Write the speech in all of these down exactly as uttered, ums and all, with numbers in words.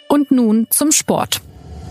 Und nun zum Sport.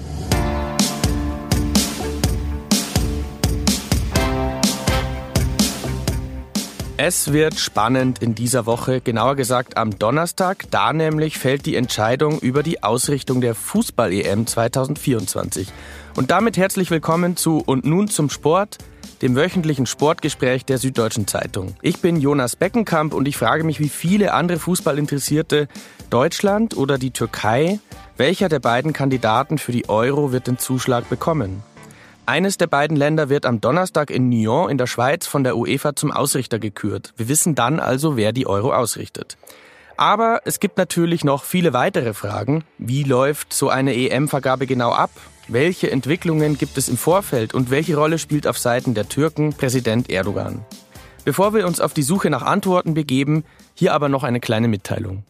Es wird spannend in dieser Woche, genauer gesagt am Donnerstag. Da nämlich fällt die Entscheidung über die Ausrichtung der Fußball-E M zwanzig vierundzwanzig. Und damit herzlich willkommen zu Und nun zum Sport, dem wöchentlichen Sportgespräch der Süddeutschen Zeitung. Ich bin Jonas Beckenkamp und ich frage mich, wie viele andere Fußballinteressierte, Deutschland oder die Türkei, welcher der beiden Kandidaten für die Euro wird den Zuschlag bekommen? Eines der beiden Länder wird am Donnerstag in Nyon in der Schweiz von der UEFA zum Ausrichter gekürt. Wir wissen dann also, wer die Euro ausrichtet. Aber es gibt natürlich noch viele weitere Fragen. Wie läuft so eine E M-Vergabe genau ab? Welche Entwicklungen gibt es im Vorfeld und welche Rolle spielt auf Seiten der Türken Präsident Erdogan? Bevor wir uns auf die Suche nach Antworten begeben, hier aber noch eine kleine Mitteilung.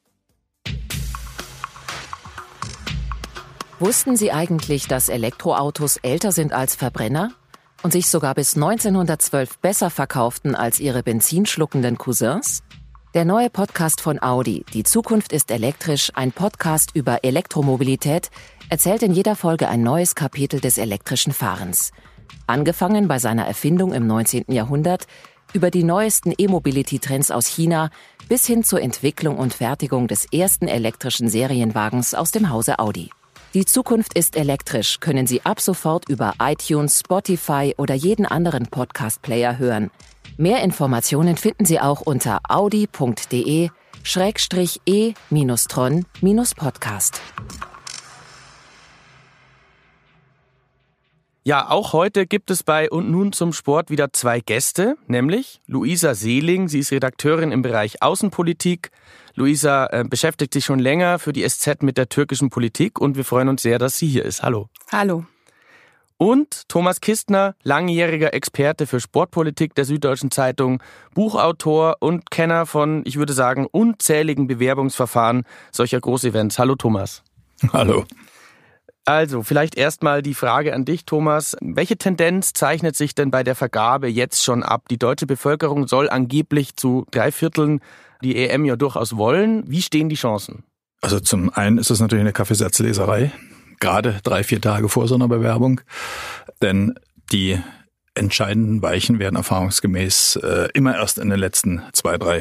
Wussten Sie eigentlich, dass Elektroautos älter sind als Verbrenner und sich sogar bis neunzehnhundertzwölf besser verkauften als ihre benzinschluckenden Cousins? Der neue Podcast von Audi, Die Zukunft ist elektrisch, ein Podcast über Elektromobilität, erzählt in jeder Folge ein neues Kapitel des elektrischen Fahrens. Angefangen bei seiner Erfindung im neunzehnten Jahrhundert, über die neuesten E-Mobility-Trends aus China bis hin zur Entwicklung und Fertigung des ersten elektrischen Serienwagens aus dem Hause Audi. Die Zukunft ist elektrisch können Sie ab sofort über iTunes, Spotify oder jeden anderen Podcast-Player hören. Mehr Informationen finden Sie auch unter audi.de schrägstrich e-tron-podcast. Ja, auch heute gibt es bei Und nun zum Sport wieder zwei Gäste, nämlich Luisa Seeling, sie ist Redakteurin im Bereich Außenpolitik. Luisa äh, beschäftigt sich schon länger für die S Z mit der türkischen Politik und wir freuen uns sehr, dass sie hier ist. Hallo. Hallo. Und Thomas Kistner, langjähriger Experte für Sportpolitik der Süddeutschen Zeitung, Buchautor und Kenner von, ich würde sagen, unzähligen Bewerbungsverfahren solcher Großevents. Hallo Thomas. Hallo. Also, vielleicht erstmal die Frage an dich, Thomas. Welche Tendenz zeichnet sich denn bei der Vergabe jetzt schon ab? Die deutsche Bevölkerung soll angeblich zu drei Vierteln die E M ja durchaus wollen. Wie stehen die Chancen? Also zum einen ist es natürlich eine Kaffeesatzleserei, gerade drei, vier Tage vor so einer Bewerbung. Denn die entscheidenden Weichen werden erfahrungsgemäß äh, immer erst in den letzten zwei, drei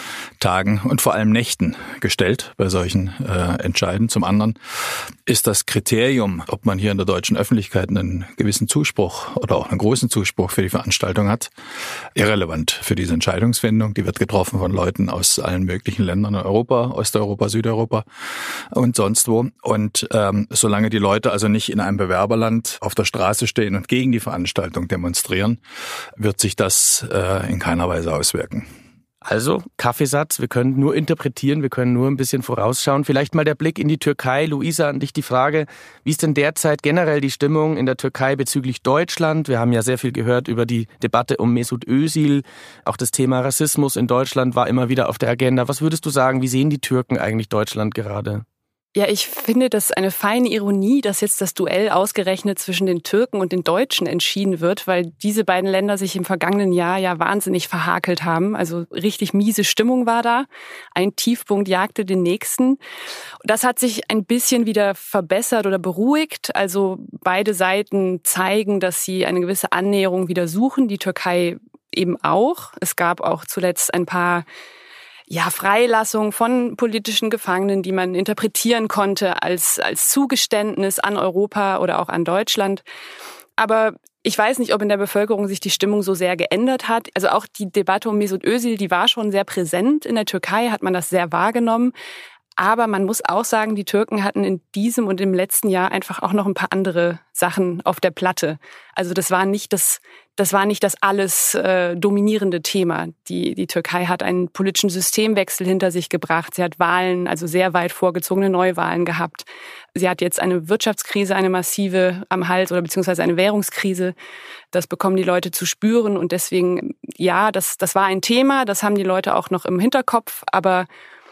Tagen und vor allem Nächten gestellt bei solchen äh, Entscheiden. Zum anderen ist das Kriterium, ob man hier in der deutschen Öffentlichkeit einen gewissen Zuspruch oder auch einen großen Zuspruch für die Veranstaltung hat, irrelevant für diese Entscheidungsfindung. Die wird getroffen von Leuten aus allen möglichen Ländern in Europa, Osteuropa, Südeuropa und sonst wo. Und ähm, solange die Leute also nicht in einem Bewerberland auf der Straße stehen und gegen die Veranstaltung demonstrieren, wird sich das äh, in keiner Weise auswirken. Also, Kaffeesatz, wir können nur interpretieren, wir können nur ein bisschen vorausschauen. Vielleicht mal der Blick in die Türkei. Luisa, an dich die Frage, wie ist denn derzeit generell die Stimmung in der Türkei bezüglich Deutschland? Wir haben ja sehr viel gehört über die Debatte um Mesut Özil. Auch das Thema Rassismus in Deutschland war immer wieder auf der Agenda. Was würdest du sagen, wie sehen die Türken eigentlich Deutschland gerade? Ja, ich finde das eine feine Ironie, dass jetzt das Duell ausgerechnet zwischen den Türken und den Deutschen entschieden wird, weil diese beiden Länder sich im vergangenen Jahr ja wahnsinnig verhakelt haben. Also richtig miese Stimmung war da. Ein Tiefpunkt jagte den nächsten. Das hat sich ein bisschen wieder verbessert oder beruhigt. Also beide Seiten zeigen, dass sie eine gewisse Annäherung wieder suchen. Die Türkei eben auch. Es gab auch zuletzt ein paar ja, Freilassung von politischen Gefangenen, die man interpretieren konnte als, als Zugeständnis an Europa oder auch an Deutschland. Aber ich weiß nicht, ob in der Bevölkerung sich die Stimmung so sehr geändert hat. Also auch die Debatte um Mesut Özil, die war schon sehr präsent. In der Türkei hat man das sehr wahrgenommen. Aber man muss auch sagen, die Türken hatten in diesem und im letzten Jahr einfach auch noch ein paar andere Sachen auf der Platte. Also das war nicht das, das war nicht das alles äh, dominierende Thema. Die, die Türkei hat einen politischen Systemwechsel hinter sich gebracht. Sie hat Wahlen, also sehr weit vorgezogene Neuwahlen gehabt. Sie hat jetzt eine Wirtschaftskrise, eine massive am Hals oder beziehungsweise eine Währungskrise. Das bekommen die Leute zu spüren und deswegen, ja, das, das war ein Thema. Das haben die Leute auch noch im Hinterkopf, aber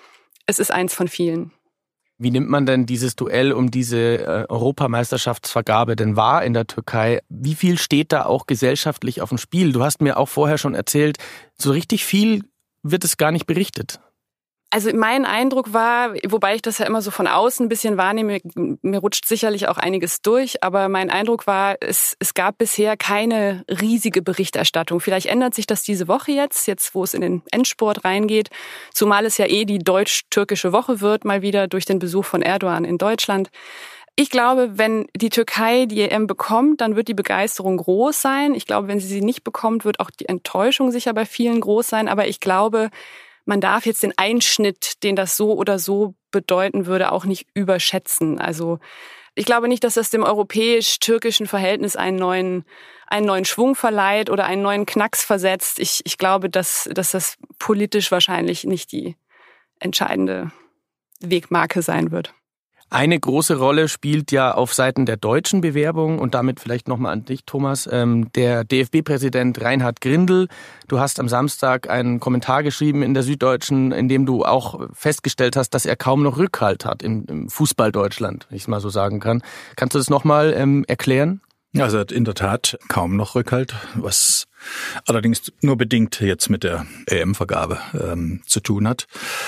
es ist eins von vielen. Wie nimmt man denn dieses Duell um diese äh, Europameisterschaftsvergabe denn wahr in der Türkei? Wie viel steht da auch gesellschaftlich auf dem Spiel? Du hast mir auch vorher schon erzählt, so richtig viel wird es gar nicht berichtet. Also mein Eindruck war, wobei ich das ja immer so von außen ein bisschen wahrnehme, mir rutscht sicherlich auch einiges durch, aber mein Eindruck war, es, es gab bisher keine riesige Berichterstattung. Vielleicht ändert sich das diese Woche jetzt, jetzt wo es in den Endspurt reingeht, zumal es ja eh die deutsch-türkische Woche wird, mal wieder durch den Besuch von Erdogan in Deutschland. Ich glaube, wenn die Türkei die E M bekommt, dann wird die Begeisterung groß sein. Ich glaube, wenn sie sie nicht bekommt, wird auch die Enttäuschung sicher bei vielen groß sein, aber ich glaube, man darf jetzt den Einschnitt, den das so oder so bedeuten würde, auch nicht überschätzen. Also ich glaube nicht, dass das dem europäisch-türkischen Verhältnis einen neuen, einen neuen Schwung verleiht oder einen neuen Knacks versetzt. Ich, ich glaube, dass, dass das politisch wahrscheinlich nicht die entscheidende Wegmarke sein wird. Eine große Rolle spielt ja auf Seiten der deutschen Bewerbung und damit vielleicht nochmal an dich, Thomas, ähm, der D F B-Präsident Reinhard Grindel. Du hast am Samstag einen Kommentar geschrieben in der Süddeutschen, in dem du auch festgestellt hast, dass er kaum noch Rückhalt hat im, im Fußball Deutschland, wenn ich es mal so sagen kann. Kannst du das nochmal ähm, erklären? Ja, also er hat in der Tat kaum noch Rückhalt, was allerdings nur bedingt jetzt mit der E M-Vergabe ähm, zu tun hat.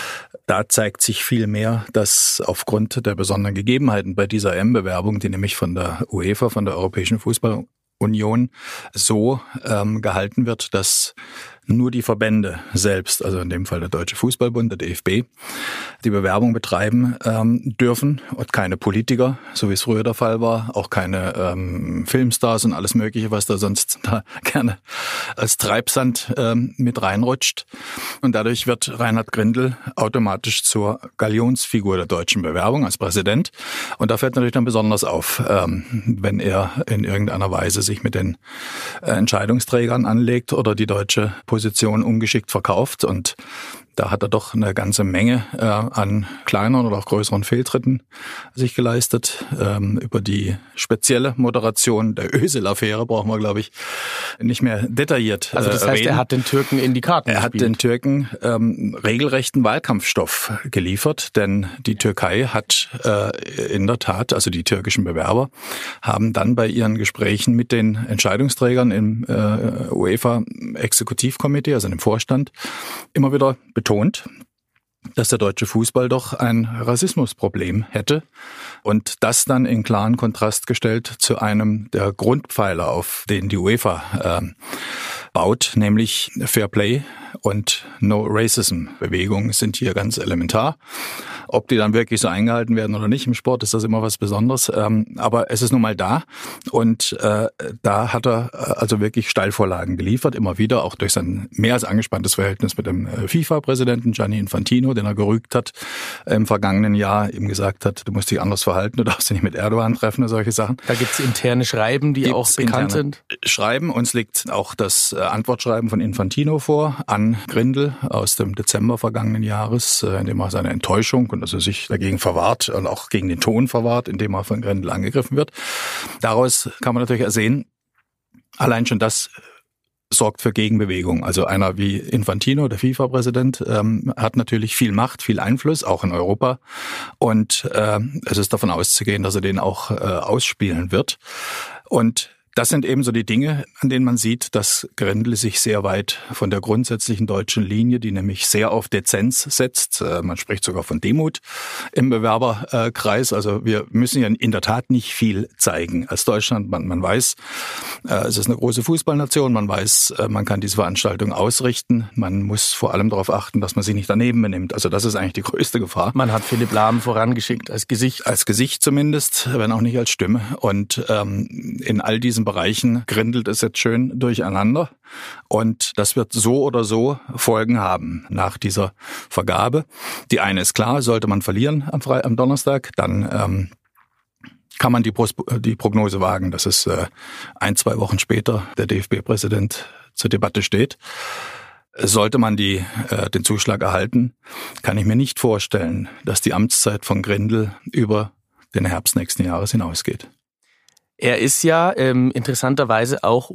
Da zeigt sich vielmehr, dass aufgrund der besonderen Gegebenheiten bei dieser E M-Bewerbung, die nämlich von der UEFA, von der Europäischen Fußballunion, so ähm, gehalten wird, dass nur die Verbände selbst, also in dem Fall der Deutsche Fußballbund, der D F B, die Bewerbung betreiben ähm, dürfen und keine Politiker, so wie es früher der Fall war, auch keine ähm, Filmstars und alles Mögliche, was da sonst da gerne als Treibsand ähm, mit reinrutscht. Und dadurch wird Reinhard Grindel automatisch zur Galionsfigur der deutschen Bewerbung als Präsident. Und da fällt natürlich dann besonders auf, ähm, wenn er in irgendeiner Weise sich mit den äh, Entscheidungsträgern anlegt oder die deutsche Position ungeschickt verkauft, und da hat er doch eine ganze Menge äh, an kleineren oder auch größeren Fehltritten sich geleistet. Ähm, über die spezielle Moderation der Özil-Affäre brauchen wir, glaube ich, nicht mehr detailliert äh, Also das heißt, reden. er hat den Türken in die Karten Er gespielt. hat den Türken ähm, regelrechten Wahlkampfstoff geliefert, denn die Türkei hat äh, in der Tat, also die türkischen Bewerber, haben dann bei ihren Gesprächen mit den Entscheidungsträgern im äh, UEFA-Exekutivkomitee, also im Vorstand, immer wieder betont, dass der deutsche Fußball doch ein Rassismusproblem hätte, und das dann in klaren Kontrast gestellt zu einem der Grundpfeiler, auf denen die UEFA äh, baut, nämlich Fair Play und No Racism. Bewegungen sind hier ganz elementar. Ob die dann wirklich so eingehalten werden oder nicht im Sport, ist das immer was Besonderes. Ähm, aber es ist nun mal da, und äh, da hat er äh, also wirklich Steilvorlagen geliefert, immer wieder, auch durch sein mehr als angespanntes Verhältnis mit dem äh, FIFA-Präsidenten Gianni Infantino, den er gerügt hat äh, im vergangenen Jahr, ihm gesagt hat, du musst dich anders verhalten, du darfst dich nicht mit Erdogan treffen und solche Sachen. Da gibt's interne Schreiben, die Gibt's auch bekannt sind. Schreiben. Uns liegt auch das äh, Antwortschreiben von Infantino vor an Grindel aus dem Dezember vergangenen Jahres, äh, in dem er seine Enttäuschung und also sich dagegen verwahrt und auch gegen den Ton verwahrt, in dem er von Grindel angegriffen wird. Daraus kann man natürlich ersehen, allein schon das sorgt für Gegenbewegung. Also einer wie Infantino, der FIFA-Präsident, ähm, hat natürlich viel Macht, viel Einfluss, auch in Europa. Und äh, es ist davon auszugehen, dass er den auch äh, ausspielen wird. Und das sind eben so die Dinge, an denen man sieht, dass Grindel sich sehr weit von der grundsätzlichen deutschen Linie, die nämlich sehr auf Dezenz setzt, man spricht sogar von Demut im Bewerberkreis. Also wir müssen ja in der Tat nicht viel zeigen als Deutschland. Man, man weiß, es ist eine große Fußballnation, man weiß, man kann diese Veranstaltung ausrichten. Man muss vor allem darauf achten, dass man sich nicht daneben benimmt. Also das ist eigentlich die größte Gefahr. Man hat Philipp Lahm vorangeschickt als Gesicht. Als Gesicht zumindest, wenn auch nicht als Stimme. Und ähm, in all diesen Bereichen grindelt es jetzt schön durcheinander, und das wird so oder so Folgen haben nach dieser Vergabe. Die eine ist klar, sollte man verlieren am, Fre- am Donnerstag, dann ähm, kann man die, Pros- die Prognose wagen, dass es äh, ein, zwei Wochen später der D F B-Präsident zur Debatte steht. Sollte man die, äh, den Zuschlag erhalten, kann ich mir nicht vorstellen, dass die Amtszeit von Grindel über den Herbst nächsten Jahres hinausgeht. Er ist ja ähm, interessanterweise auch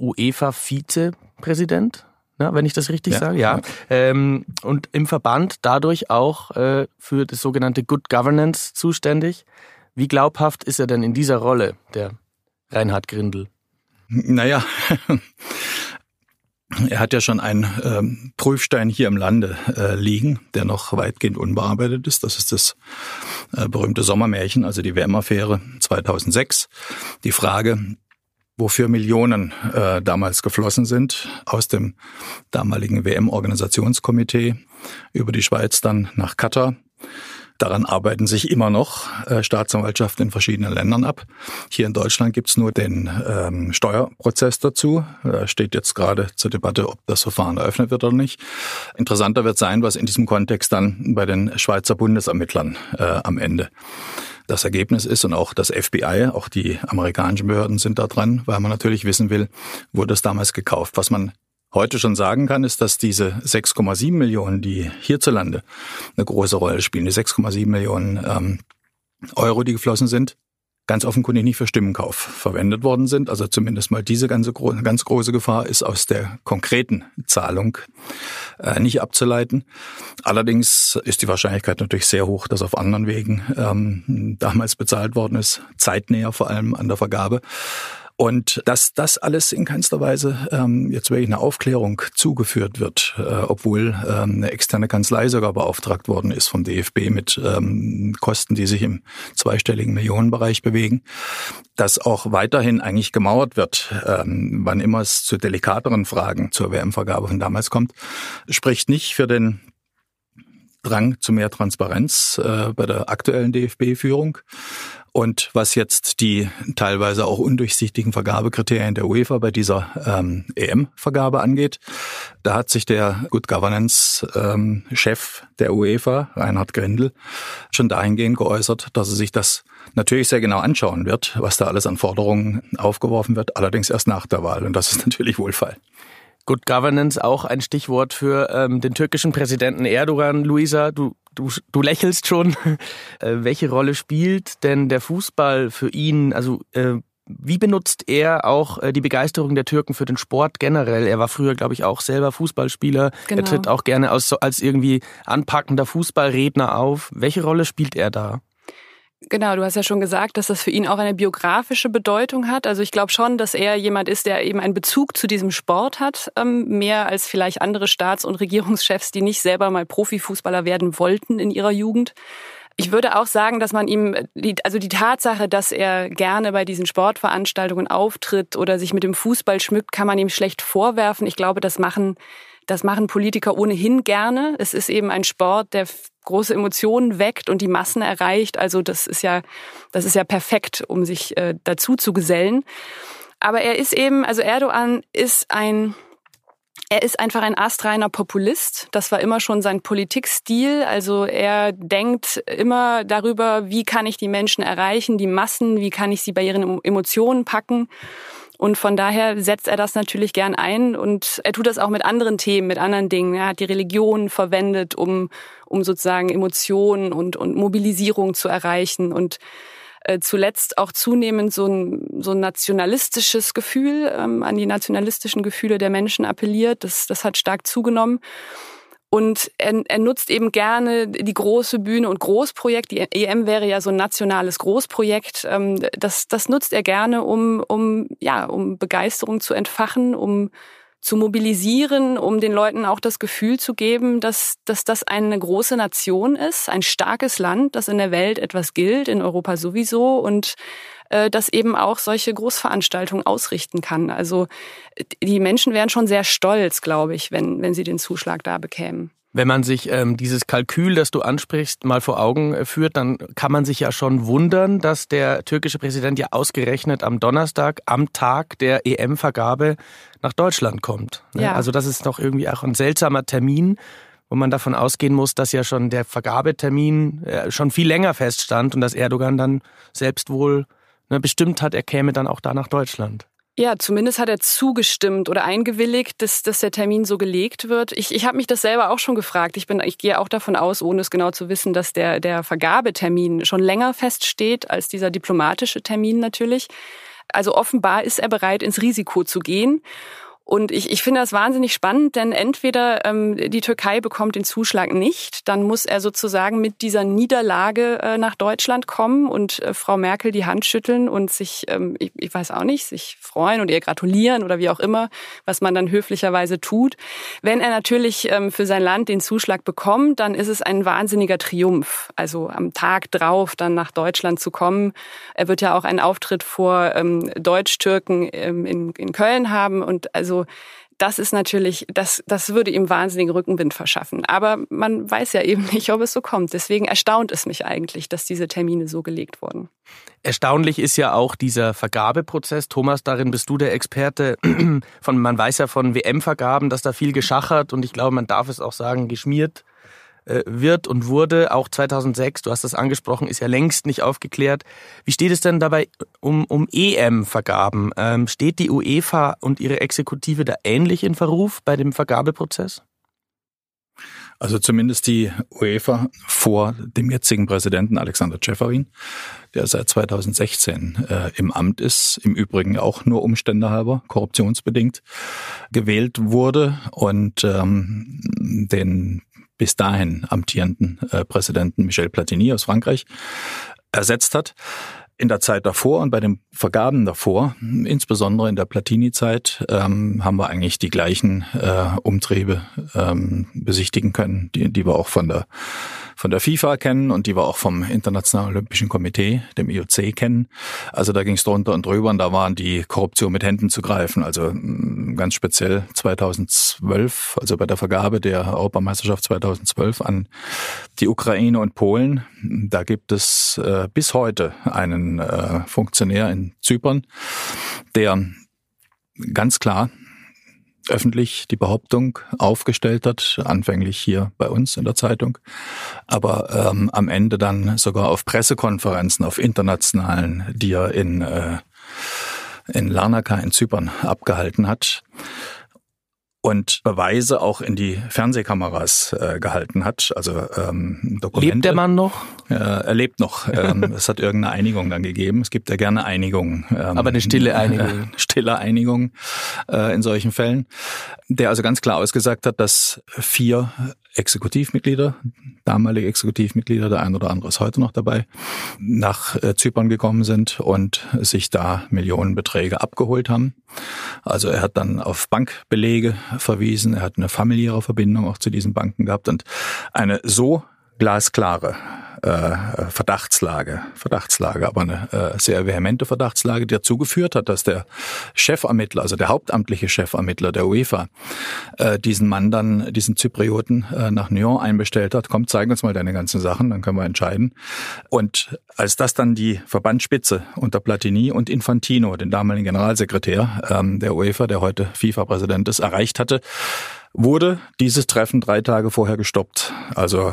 UEFA-Vizepräsident, ne, wenn ich das richtig ja, sage. Ja. ja. Ähm, und im Verband dadurch auch äh, für das sogenannte Good Governance zuständig. Wie glaubhaft ist er denn in dieser Rolle, der Reinhard Grindel? Naja, Er hat ja schon einen ähm, Prüfstein hier im Lande äh, liegen, der noch weitgehend unbearbeitet ist. Das ist das äh, berühmte Sommermärchen, also die W M-Affäre zweitausendsechs. Die Frage, wofür Millionen äh, damals geflossen sind aus dem damaligen W M-Organisationskomitee über die Schweiz dann nach Katar. Daran arbeiten sich immer noch äh, Staatsanwaltschaften in verschiedenen Ländern ab. Hier in Deutschland gibt's nur den ähm, Steuerprozess dazu. Da steht jetzt gerade zur Debatte, ob das Verfahren eröffnet wird oder nicht. Interessanter wird sein, was in diesem Kontext dann bei den Schweizer Bundesermittlern äh, am Ende das Ergebnis ist. Und auch das F B I, auch die amerikanischen Behörden sind da dran, weil man natürlich wissen will, wurde das damals gekauft. Was man heute schon sagen kann, ist, dass diese sechs Komma sieben Millionen, die hierzulande eine große Rolle spielen, die sechs Komma sieben Millionen ähm, Euro, die geflossen sind, ganz offenkundig nicht für Stimmenkauf verwendet worden sind. Also zumindest mal diese ganze ganz große Gefahr ist aus der konkreten Zahlung äh, nicht abzuleiten. Allerdings ist die Wahrscheinlichkeit natürlich sehr hoch, dass auf anderen Wegen ähm, damals bezahlt worden ist, zeitnäher vor allem an der Vergabe. Und dass das alles in keinster Weise ähm, jetzt wirklich eine Aufklärung zugeführt wird, äh, obwohl ähm, eine externe Kanzlei sogar beauftragt worden ist vom D F B mit ähm, Kosten, die sich im zweistelligen Millionenbereich bewegen, dass auch weiterhin eigentlich gemauert wird, ähm, wann immer es zu delikateren Fragen zur W M-Vergabe von damals kommt, spricht nicht für den Drang zu mehr Transparenz äh, bei der aktuellen D F B-Führung. Und was jetzt die teilweise auch undurchsichtigen Vergabekriterien der UEFA bei dieser ähm, E M-Vergabe angeht, da hat sich der Good Governance-Chef ähm, der UEFA, Reinhard Grindel, schon dahingehend geäußert, dass er sich das natürlich sehr genau anschauen wird, was da alles an Forderungen aufgeworfen wird, allerdings erst nach der Wahl. Und das ist natürlich Wohlfall. Good Governance, auch ein Stichwort für ähm, den türkischen Präsidenten Erdogan. Luisa, du, du, du lächelst schon. äh, welche Rolle spielt denn der Fußball für ihn? Also äh, wie benutzt er auch äh, die Begeisterung der Türken für den Sport generell? Er war früher, glaube ich, auch selber Fußballspieler. Genau. Er tritt auch gerne als, als irgendwie anpackender Fußballredner auf. Welche Rolle spielt er da? Genau, du hast ja schon gesagt, dass das für ihn auch eine biografische Bedeutung hat. Also ich glaube schon, dass er jemand ist, der eben einen Bezug zu diesem Sport hat, ähm, mehr als vielleicht andere Staats- und Regierungschefs, die nicht selber mal Profifußballer werden wollten in ihrer Jugend. Ich würde auch sagen, dass man ihm, die, also die Tatsache, dass er gerne bei diesen Sportveranstaltungen auftritt oder sich mit dem Fußball schmückt, kann man ihm schlecht vorwerfen. Ich glaube, das machen Das machen Politiker ohnehin gerne. Es ist eben ein Sport, der große Emotionen weckt und die Massen erreicht. Also das ist ja, das ist ja perfekt, um sich äh, dazu zu gesellen. Aber er ist eben, also Erdogan ist ein, er ist einfach ein astreiner Populist. Das war immer schon sein Politikstil. Also er denkt immer darüber, wie kann ich die Menschen erreichen, die Massen, wie kann ich sie bei ihren Emotionen packen. Und von daher setzt er das natürlich gern ein und er tut das auch mit anderen Themen, mit anderen Dingen. Er hat die Religion verwendet, um, um sozusagen Emotionen und, und Mobilisierung zu erreichen und äh, zuletzt auch zunehmend so ein, so ein nationalistisches Gefühl, ähm, an die nationalistischen Gefühle der Menschen appelliert. Das, das hat stark zugenommen. Und er, er nutzt eben gerne die große Bühne und Großprojekt. Die E M wäre ja so ein nationales Großprojekt. Das, das nutzt er gerne, um, um, ja, um Begeisterung zu entfachen, um zu mobilisieren, um den Leuten auch das Gefühl zu geben, dass, dass das eine große Nation ist, ein starkes Land, das in der Welt etwas gilt, in Europa sowieso und äh, das eben auch solche Großveranstaltungen ausrichten kann. Also die Menschen wären schon sehr stolz, glaube ich, wenn, wenn sie den Zuschlag da bekämen. Wenn man sich ähm, dieses Kalkül, das du ansprichst, mal vor Augen äh, führt, dann kann man sich ja schon wundern, dass der türkische Präsident ja ausgerechnet am Donnerstag, am Tag der E M-Vergabe nach Deutschland kommt. Ne? Ja. Also das ist doch irgendwie auch ein seltsamer Termin, wo man davon ausgehen muss, dass ja schon der Vergabetermin äh, schon viel länger feststand und dass Erdogan dann selbst wohl ne, bestimmt hat, er käme dann auch da nach Deutschland. Ja, zumindest hat er zugestimmt oder eingewilligt, dass, dass der Termin so gelegt wird. Ich, ich habe mich das selber auch schon gefragt. Ich bin, ich gehe auch davon aus, ohne es genau zu wissen, dass der, der Vergabetermin schon länger feststeht als dieser diplomatische Termin natürlich. Also offenbar ist er bereit, ins Risiko zu gehen. Und ich, ich finde das wahnsinnig spannend, denn entweder ähm, die Türkei bekommt den Zuschlag nicht, dann muss er sozusagen mit dieser Niederlage äh, nach Deutschland kommen und äh, Frau Merkel die Hand schütteln und sich, ähm, ich, ich weiß auch nicht, sich freuen und ihr gratulieren oder wie auch immer, was man dann höflicherweise tut. Wenn er natürlich ähm, für sein Land den Zuschlag bekommt, dann ist es ein wahnsinniger Triumph. Also am Tag drauf dann nach Deutschland zu kommen. Er wird ja auch einen Auftritt vor ähm, Deutsch-Türken ähm, in, in Köln haben und also das ist natürlich, das, das würde ihm wahnsinnigen Rückenwind verschaffen. Aber man weiß ja eben nicht, ob es so kommt. Deswegen erstaunt es mich eigentlich, dass diese Termine so gelegt wurden. Erstaunlich ist ja auch dieser Vergabeprozess. Thomas, darin bist du der Experte. Von, man weiß ja von W M-Vergaben, dass da viel geschachert und ich glaube, man darf es auch sagen, geschmiert wird und wurde. Auch zweitausendsechs, du hast das angesprochen, ist ja längst nicht aufgeklärt. Wie steht es denn dabei um, um E M-Vergaben? Ähm, steht die UEFA und ihre Exekutive da ähnlich in Verruf bei dem Vergabeprozess? Also zumindest die UEFA vor dem jetzigen Präsidenten Alexander Ceferin, der seit zweitausendsechzehn äh, im Amt ist, im Übrigen auch nur umständehalber, korruptionsbedingt gewählt wurde und ähm, den bis dahin amtierenden äh, Präsidenten Michel Platini aus Frankreich ersetzt hat. In der Zeit davor und bei den Vergaben davor, insbesondere in der Platini-Zeit, ähm, haben wir eigentlich die gleichen äh, Umtriebe ähm, besichtigen können, die, die wir auch von der von der FIFA kennen und die wir auch vom Internationalen Olympischen Komitee, dem I O C, kennen. Also da ging es drunter und drüber und da waren die Korruption mit Händen zu greifen. Also ganz speziell zweitausendzwölf, also bei der Vergabe der Europameisterschaft zweitausendzwölf an die Ukraine und Polen. Da gibt es äh, bis heute einen äh, Funktionär in Zypern, der ganz klar öffentlich die Behauptung aufgestellt hat, anfänglich hier bei uns in der Zeitung, aber ähm, am Ende dann sogar auf Pressekonferenzen, auf internationalen, die er in, äh, in Larnaca in Zypern abgehalten hat und Beweise auch in die Fernsehkameras äh, gehalten hat, also ähm, Dokumente. Lebt der Mann noch? Äh, er lebt noch. Ähm, es hat irgendeine Einigung dann gegeben. Es gibt ja gerne Einigungen. Ähm, Aber eine stille Einigung. Äh, stille Einigung äh, in solchen Fällen. Der also ganz klar ausgesagt hat, dass vier Exekutivmitglieder, damalige Exekutivmitglieder, der ein oder andere ist heute noch dabei, nach äh, Zypern gekommen sind und sich da Millionenbeträge abgeholt haben. Also er hat dann auf Bankbelege verwiesen, er hat eine familiäre Verbindung auch zu diesen Banken gehabt und eine so glasklare äh, Verdachtslage, Verdachtslage, aber eine äh, sehr vehemente Verdachtslage, die dazu geführt hat, dass der Chefermittler, also der hauptamtliche Chefermittler der UEFA, äh, diesen Mann dann, diesen Zyprioten äh, nach Nyon einbestellt hat. Komm, zeig uns mal deine ganzen Sachen, dann können wir entscheiden. Und als das dann die Verbandsspitze unter Platini und Infantino, den damaligen Generalsekretär ähm, der UEFA, der heute FIFA-Präsident ist, erreicht hatte, wurde dieses Treffen drei Tage vorher gestoppt. Also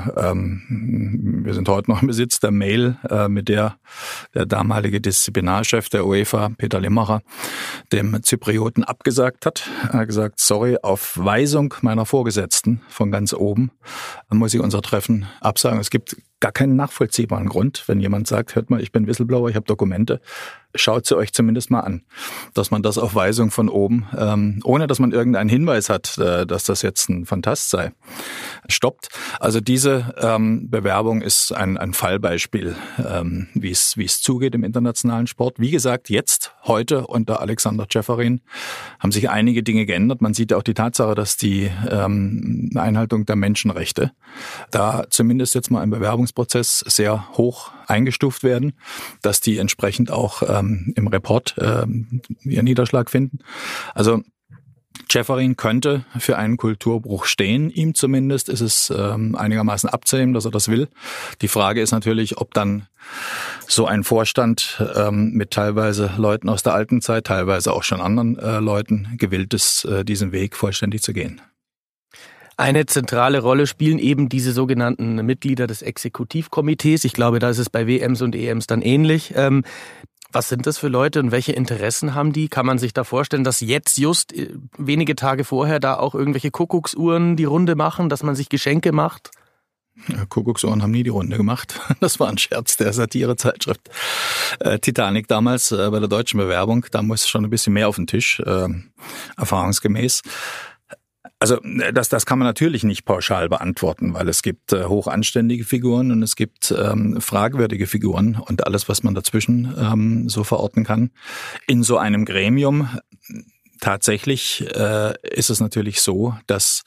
ähm, wir sind heute noch im Besitz der Mail, äh, mit der der damalige Disziplinarchef der UEFA, Peter Limmacher, dem Zyprioten abgesagt hat. Er hat gesagt, sorry, auf Weisung meiner Vorgesetzten von ganz oben muss ich unser Treffen absagen. Es gibt gar keinen nachvollziehbaren Grund, wenn jemand sagt, hört mal, ich bin Whistleblower, ich habe Dokumente, schaut sie euch zumindest mal an, dass man das auf Weisung von oben, ähm, ohne dass man irgendeinen Hinweis hat, äh, dass das jetzt ein Phantast sei, stoppt. Also diese ähm, Bewerbung ist ein, ein Fallbeispiel, ähm, wie es wie es zugeht im internationalen Sport. Wie gesagt, jetzt, heute unter Alexander Ceferin haben sich einige Dinge geändert. Man sieht ja auch die Tatsache, dass die ähm, Einhaltung der Menschenrechte da zumindest jetzt mal im Bewerbungsprozess sehr hoch eingestuft werden, dass die entsprechend auch ähm, im Report ähm, ihren Niederschlag finden. Also Ceferin könnte für einen Kulturbruch stehen. Ihm zumindest ist es ähm, einigermaßen abzusehen, dass er das will. Die Frage ist natürlich, ob dann so ein Vorstand ähm, mit teilweise Leuten aus der alten Zeit, teilweise auch schon anderen äh, Leuten gewillt ist, äh, diesen Weg vollständig zu gehen. Eine zentrale Rolle spielen eben diese sogenannten Mitglieder des Exekutivkomitees. Ich glaube, da ist es bei W Ms und E Ms dann ähnlich. Ähm, was sind das für Leute und welche Interessen haben die? Kann man sich da vorstellen, dass jetzt just wenige Tage vorher da auch irgendwelche Kuckucksuhren die Runde machen, dass man sich Geschenke macht? Kuckucksohren haben nie die Runde gemacht. Das war ein Scherz der Satirezeitschrift äh, Titanic damals äh, bei der deutschen Bewerbung. Da muss schon ein bisschen mehr auf den Tisch, äh, erfahrungsgemäß. Also das, das kann man natürlich nicht pauschal beantworten, weil es gibt äh, hochanständige Figuren und es gibt ähm, fragwürdige Figuren und alles, was man dazwischen ähm, so verorten kann. In so einem Gremium tatsächlich äh, ist es natürlich so, dass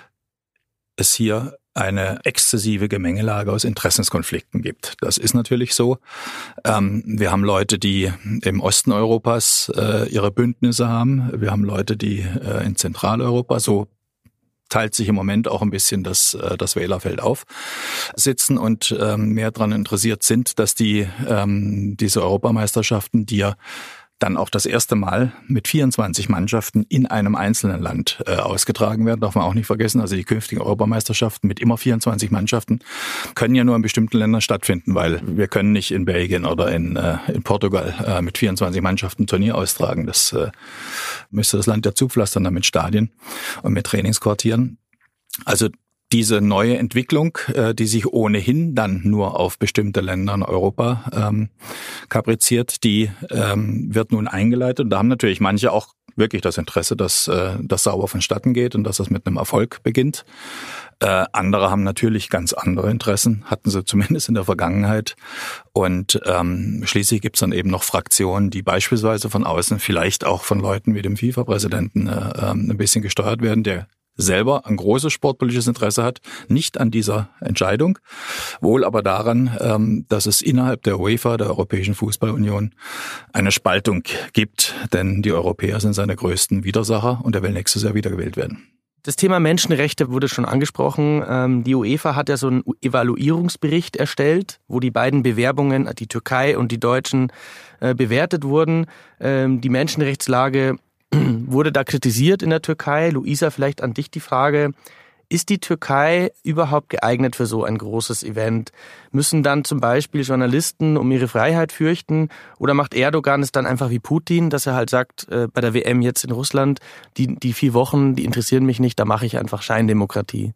es hier eine exzessive Gemengelage aus Interessenskonflikten gibt. Das ist natürlich so. Ähm, wir haben Leute, die im Osten Europas äh, ihre Bündnisse haben. Wir haben Leute, die äh, in Zentraleuropa, so teilt sich im Moment auch ein bisschen das, äh, das Wählerfeld auf, sitzen und ähm, mehr daran interessiert sind, dass die ähm, diese Europameisterschaften, die ja dann auch das erste Mal mit vierundzwanzig Mannschaften in einem einzelnen Land äh, ausgetragen werden. Darf man auch nicht vergessen. Also die künftigen Europameisterschaften mit immer vierundzwanzig Mannschaften können ja nur in bestimmten Ländern stattfinden, weil wir können nicht in Belgien oder in, äh, in Portugal äh, mit vierundzwanzig Mannschaften ein Turnier austragen. Das äh, müsste das Land ja zupflastern dann mit Stadien und mit Trainingsquartieren. Also diese neue Entwicklung, die sich ohnehin dann nur auf bestimmte Länder in Europa ähm, kapriziert, die ähm, wird nun eingeleitet. Und da haben natürlich manche auch wirklich das Interesse, dass äh, das sauber vonstatten geht und dass das mit einem Erfolg beginnt. Äh, andere haben natürlich ganz andere Interessen, hatten sie zumindest in der Vergangenheit. Und ähm, schließlich gibt's dann eben noch Fraktionen, die beispielsweise von außen, vielleicht auch von Leuten wie dem FIFA-Präsidenten äh, ein bisschen gesteuert werden, der selber ein großes sportpolitisches Interesse hat, nicht an dieser Entscheidung, wohl aber daran, dass es innerhalb der UEFA, der Europäischen Fußballunion, eine Spaltung gibt, denn die Europäer sind seine größten Widersacher und er will nächstes Jahr wiedergewählt werden. Das Thema Menschenrechte wurde schon angesprochen. Die UEFA hat ja so einen Evaluierungsbericht erstellt, wo die beiden Bewerbungen, die Türkei und die Deutschen, bewertet wurden. Die Menschenrechtslage wurde da kritisiert in der Türkei. Luisa, vielleicht an dich die Frage, ist die Türkei überhaupt geeignet für so ein großes Event? Müssen dann zum Beispiel Journalisten um ihre Freiheit fürchten? Oder macht Erdogan es dann einfach wie Putin, dass er halt sagt, äh, bei der W M jetzt in Russland, die, die vier Wochen, die interessieren mich nicht, da mache ich einfach Scheindemokratie?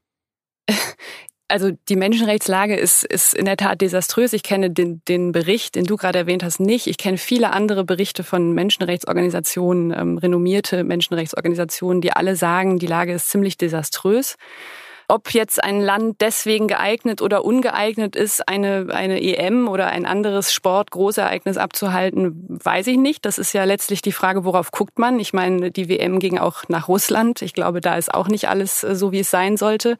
Also die Menschenrechtslage ist, ist in der Tat desaströs. Ich kenne den, den Bericht, den du gerade erwähnt hast, nicht. Ich kenne viele andere Berichte von Menschenrechtsorganisationen, ähm, renommierte Menschenrechtsorganisationen, die alle sagen, die Lage ist ziemlich desaströs. Ob jetzt ein Land deswegen geeignet oder ungeeignet ist, eine, eine E M oder ein anderes Sport-Großereignis abzuhalten, weiß ich nicht. Das ist ja letztlich die Frage, worauf guckt man. Ich meine, die W M ging auch nach Russland. Ich glaube, da ist auch nicht alles so, wie es sein sollte.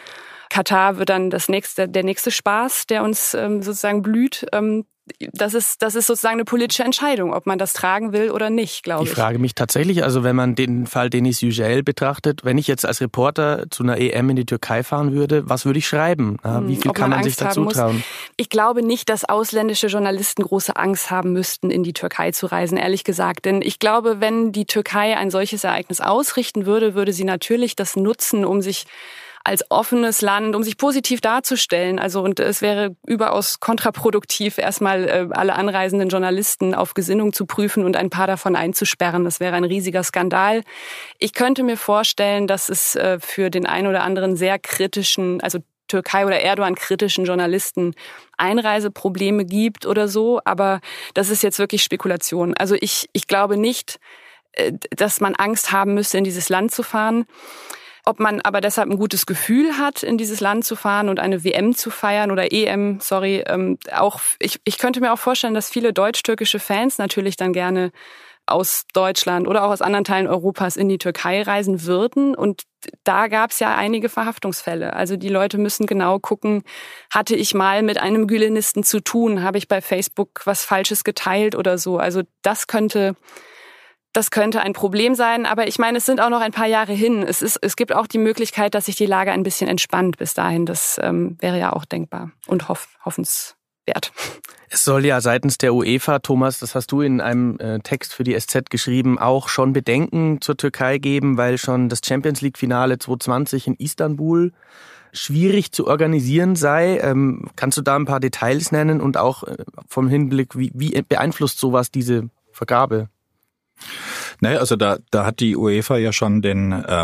Katar wird dann das nächste, der nächste Spaß, der uns ähm, sozusagen blüht. Ähm, das ist, das ist sozusagen eine politische Entscheidung, ob man das tragen will oder nicht, glaube ich. Ich frage mich tatsächlich, also wenn man den Fall Deniz Yücel betrachtet, wenn ich jetzt als Reporter zu einer E M in die Türkei fahren würde, was würde ich schreiben? Wie viel ob kann man, man sich dazu trauen? Ich glaube nicht, dass ausländische Journalisten große Angst haben müssten, in die Türkei zu reisen, ehrlich gesagt. Denn ich glaube, wenn die Türkei ein solches Ereignis ausrichten würde, würde sie natürlich das nutzen, um sich als offenes Land, um sich positiv darzustellen. Also und es wäre überaus kontraproduktiv, erstmal äh, alle anreisenden Journalisten auf Gesinnung zu prüfen und ein paar davon einzusperren. Das wäre ein riesiger Skandal. Ich könnte mir vorstellen, dass es äh, für den einen oder anderen sehr kritischen, also Türkei- oder Erdogan-kritischen Journalisten Einreiseprobleme gibt oder so. Aber das ist jetzt wirklich Spekulation. Also ich, ich glaube nicht, äh, dass man Angst haben müsste, in dieses Land zu fahren. Ob man aber deshalb ein gutes Gefühl hat, in dieses Land zu fahren und eine W M zu feiern oder E M, sorry, ähm, auch ich, ich könnte mir auch vorstellen, dass viele deutsch-türkische Fans natürlich dann gerne aus Deutschland oder auch aus anderen Teilen Europas in die Türkei reisen würden. Und da gab es ja einige Verhaftungsfälle. Also die Leute müssen genau gucken, hatte ich mal mit einem Gülenisten zu tun? Habe ich bei Facebook was Falsches geteilt oder so? Also das könnte... Das könnte ein Problem sein, aber ich meine, es sind auch noch ein paar Jahre hin. Es ist, es gibt auch die Möglichkeit, dass sich die Lage ein bisschen entspannt bis dahin. Das ähm, wäre ja auch denkbar und hoff, hoffenswert. Es soll ja seitens der UEFA, Thomas, das hast du in einem äh, Text für die S Z geschrieben, auch schon Bedenken zur Türkei geben, weil schon das Champions-League-Finale zwanzig zwanzig in Istanbul schwierig zu organisieren sei. Ähm, kannst du da ein paar Details nennen und auch äh, vom Hinblick, wie, wie beeinflusst sowas diese Vergabe? Naja, also da, da hat die UEFA ja schon den, ähm,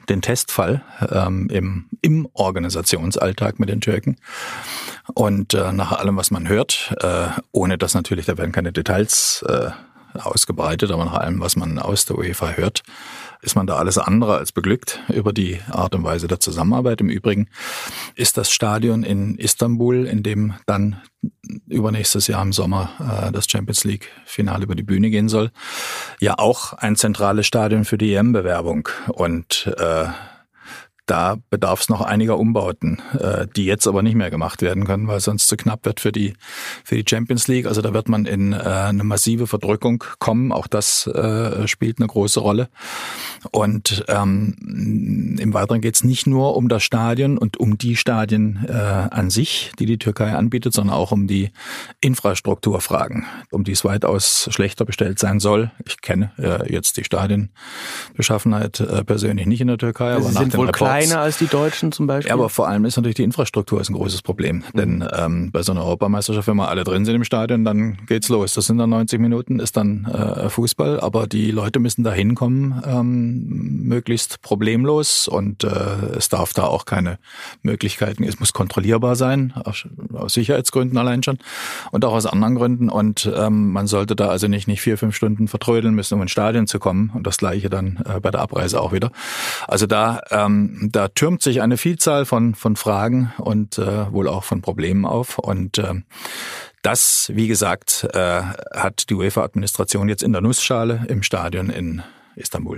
den Testfall ähm, im, im Organisationsalltag mit den Türken. Und äh, nach allem, was man hört, äh, ohne dass natürlich, da werden keine Details äh, ausgebreitet, aber nach allem, was man aus der UEFA hört, ist man da alles andere als beglückt über die Art und Weise der Zusammenarbeit. Im Übrigen ist das Stadion in Istanbul, in dem dann übernächstes Jahr im Sommer äh, das Champions League Finale über die Bühne gehen soll, ja auch ein zentrales Stadion für die E M-Bewerbung. Und äh, da bedarf es noch einiger Umbauten, äh, die jetzt aber nicht mehr gemacht werden können, weil sonst zu knapp wird für die für die Champions League. Also da wird man in äh, eine massive Verdrückung kommen. Auch das äh, spielt eine große Rolle. Und ähm, im Weiteren geht es nicht nur um das Stadion und um die Stadien äh, an sich, die die Türkei anbietet, sondern auch um die Infrastrukturfragen, um die es weitaus schlechter bestellt sein soll. Ich kenne äh, jetzt die Stadienbeschaffenheit äh, persönlich nicht in der Türkei, aber nach sind den wohl Reports, kleiner als die Deutschen zum Beispiel. Ja, aber vor allem ist natürlich die Infrastruktur ist ein großes Problem. Mhm. Denn ähm, bei so einer Europameisterschaft, wenn wir alle drin sind im Stadion, dann geht's los. Das sind dann neunzig Minuten, ist dann äh, Fußball. Aber die Leute müssen da hinkommen, ähm, möglichst problemlos. Und äh, es darf da auch keine Möglichkeiten, es muss kontrollierbar sein, aus, aus Sicherheitsgründen allein schon und auch aus anderen Gründen. Und ähm, man sollte da also nicht, nicht vier, fünf Stunden vertrödeln müssen, um ins Stadion zu kommen. Und das Gleiche dann äh, bei der Abreise auch wieder. Also da Ähm, da türmt sich eine Vielzahl von von Fragen und äh, wohl auch von Problemen auf. Und äh, das, wie gesagt, äh, hat die UEFA-Administration jetzt in der Nussschale im Stadion in Istanbul.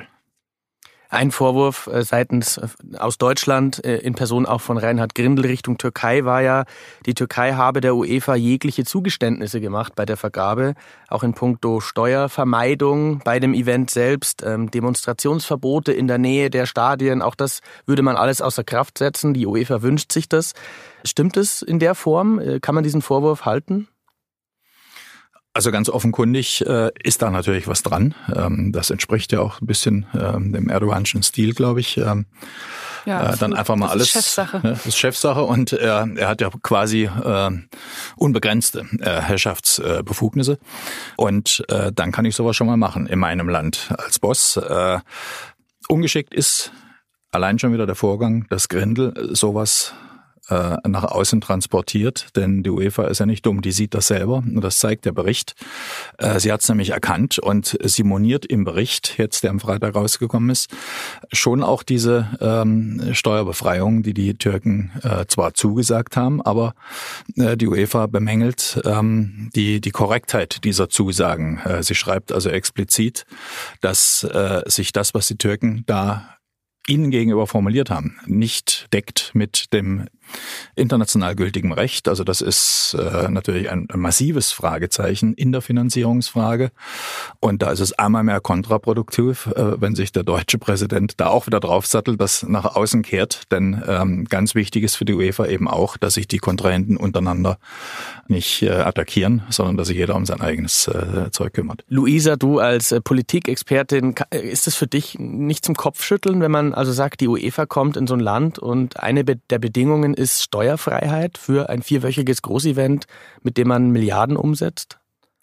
Ein Vorwurf seitens aus Deutschland in Person auch von Reinhard Grindel Richtung Türkei war ja, die Türkei habe der UEFA jegliche Zugeständnisse gemacht bei der Vergabe, auch in puncto Steuervermeidung bei dem Event selbst, Demonstrationsverbote in der Nähe der Stadien, auch das würde man alles außer Kraft setzen. Die UEFA wünscht sich das. Stimmt es in der Form? Kann man diesen Vorwurf halten? Also ganz offenkundig äh, ist da natürlich was dran. Ähm, das entspricht ja auch ein bisschen ähm, dem Erdoganschen Stil, glaube ich. Ähm, ja, äh, dann einfach mal alles. Das ist Chefsache. Ne, das ist Chefsache und er, er hat ja quasi äh, unbegrenzte äh, Herrschaftsbefugnisse. Und äh, dann kann ich sowas schon mal machen in meinem Land als Boss. Äh, ungeschickt ist allein schon wieder der Vorgang, dass Grindel sowas nach außen transportiert, denn die UEFA ist ja nicht dumm, die sieht das selber und das zeigt der Bericht. Sie hat es nämlich erkannt und sie moniert im Bericht, jetzt der am Freitag rausgekommen ist, schon auch diese ähm, Steuerbefreiung, die die Türken äh, zwar zugesagt haben, aber äh, die UEFA bemängelt ähm, die die Korrektheit dieser Zusagen. Äh, sie schreibt also explizit, dass äh, sich das, was die Türken da ihnen gegenüber formuliert haben, nicht deckt mit dem international gültigen Recht. Also das ist äh, natürlich ein, ein massives Fragezeichen in der Finanzierungsfrage. Und da ist es einmal mehr kontraproduktiv, äh, wenn sich der deutsche Präsident da auch wieder draufsattelt, das nach außen kehrt. Denn ähm, ganz wichtig ist für die UEFA eben auch, dass sich die Kontrahenten untereinander nicht äh, attackieren, sondern dass sich jeder um sein eigenes äh, Zeug kümmert. Luisa, du als äh, Politikexpertin, ist es für dich nicht zum Kopfschütteln, wenn man also sagt, die UEFA kommt in so ein Land und eine der Bedingungen ist Steuerfreiheit für ein vierwöchiges Großevent, mit dem man Milliarden umsetzt?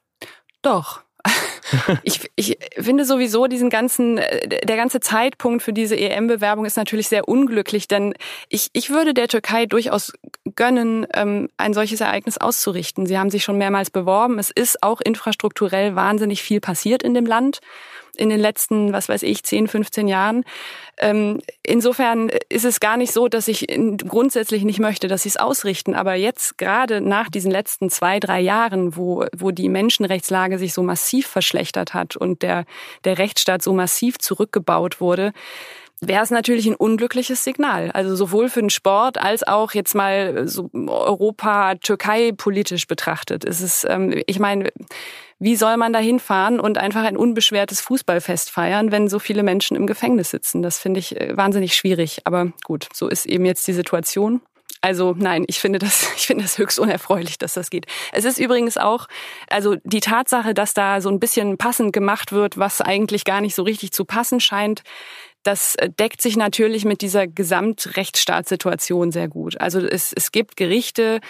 Doch. Ich, ich finde sowieso diesen ganzen, der ganze Zeitpunkt für diese E M-Bewerbung ist natürlich sehr unglücklich, denn ich, ich würde der Türkei durchaus gönnen, ähm, ein solches Ereignis auszurichten. Sie haben sich schon mehrmals beworben. Es ist auch infrastrukturell wahnsinnig viel passiert in dem Land in den letzten, was weiß ich, zehn, fünfzehn Jahren. Ähm, insofern ist es gar nicht so, dass ich grundsätzlich nicht möchte, dass sie es ausrichten. Aber jetzt gerade nach diesen letzten zwei, drei Jahren, wo, wo die Menschenrechtslage sich so massiv verschlechtert hat und der, der Rechtsstaat so massiv zurückgebaut wurde, wäre es natürlich ein unglückliches Signal. Also sowohl für den Sport als auch jetzt mal so Europa, Türkei politisch betrachtet. Ist es, ähm, ich meine, wie soll man da hinfahren und einfach ein unbeschwertes Fußballfest feiern, wenn so viele Menschen im Gefängnis sitzen? Das finde ich wahnsinnig schwierig. Aber gut, so ist eben jetzt die Situation. Also nein, ich finde das, ich finde das höchst unerfreulich, dass das geht. Es ist übrigens auch, also die Tatsache, dass da so ein bisschen passend gemacht wird, was eigentlich gar nicht so richtig zu passen scheint, das deckt sich natürlich mit dieser Gesamtrechtsstaatssituation sehr gut. Also es, es gibt Gerichte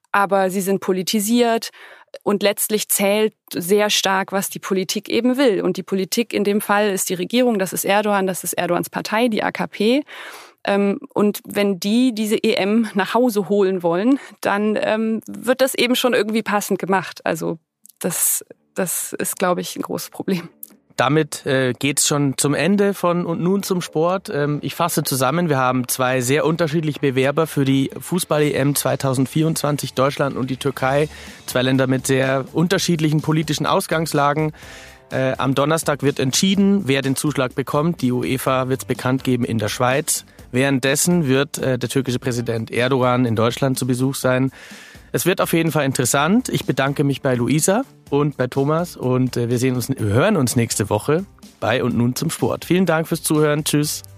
aber sie sind politisiert und letztlich zählt sehr stark, was die Politik eben will. Und die Politik in dem Fall ist die Regierung, das ist Erdogan, das ist Erdogans Partei, die A K P. Und wenn die diese E M nach Hause holen wollen, dann ähm, wird das eben schon irgendwie passend gemacht. Also das, das ist, glaube ich, ein großes Problem. Damit äh, geht's schon zum Ende von Und nun zum Sport. Ähm, ich fasse zusammen, wir haben zwei sehr unterschiedliche Bewerber für die Fußball-E M zwanzig vierundzwanzig, Deutschland und die Türkei. Zwei Länder mit sehr unterschiedlichen politischen Ausgangslagen. Äh, am Donnerstag wird entschieden, wer den Zuschlag bekommt. Die UEFA wird's bekannt geben in der Schweiz. Währenddessen wird äh, der türkische Präsident Erdogan in Deutschland zu Besuch sein. Es wird auf jeden Fall interessant. Ich bedanke mich bei Luisa und bei Thomas und wir sehen uns, wir hören uns nächste Woche bei Und nun zum Sport. Vielen Dank fürs Zuhören. Tschüss.